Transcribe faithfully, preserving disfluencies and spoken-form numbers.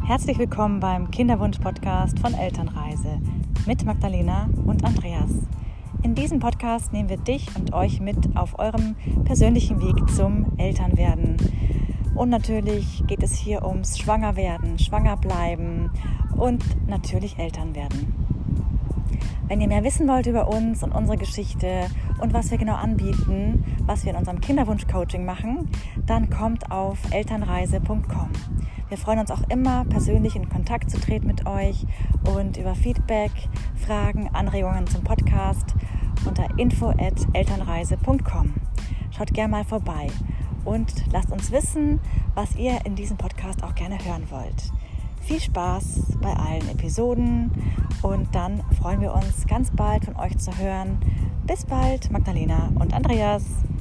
Herzlich willkommen beim Kinderwunsch-Podcast von Elternreise mit Magdalena und Andreas. In diesem Podcast nehmen wir dich und euch mit auf eurem persönlichen Weg zum Elternwerden. Und natürlich geht es hier ums Schwangerwerden, Schwangerbleiben und natürlich Elternwerden. Wenn ihr mehr wissen wollt über uns und unsere Geschichte und was wir genau anbieten, was wir in unserem Kinderwunsch-Coaching machen, dann kommt auf elternreise punkt com. Wir freuen uns auch immer, persönlich in Kontakt zu treten mit euch und über Feedback, Fragen, Anregungen zum Podcast unter info at elternreise punkt com. Schaut gerne mal vorbei und lasst uns wissen, was ihr in diesem Podcast auch gerne hören wollt. Viel Spaß bei allen Episoden und dann freuen wir uns ganz bald von euch zu hören. Bis bald, Magdalena und Andreas.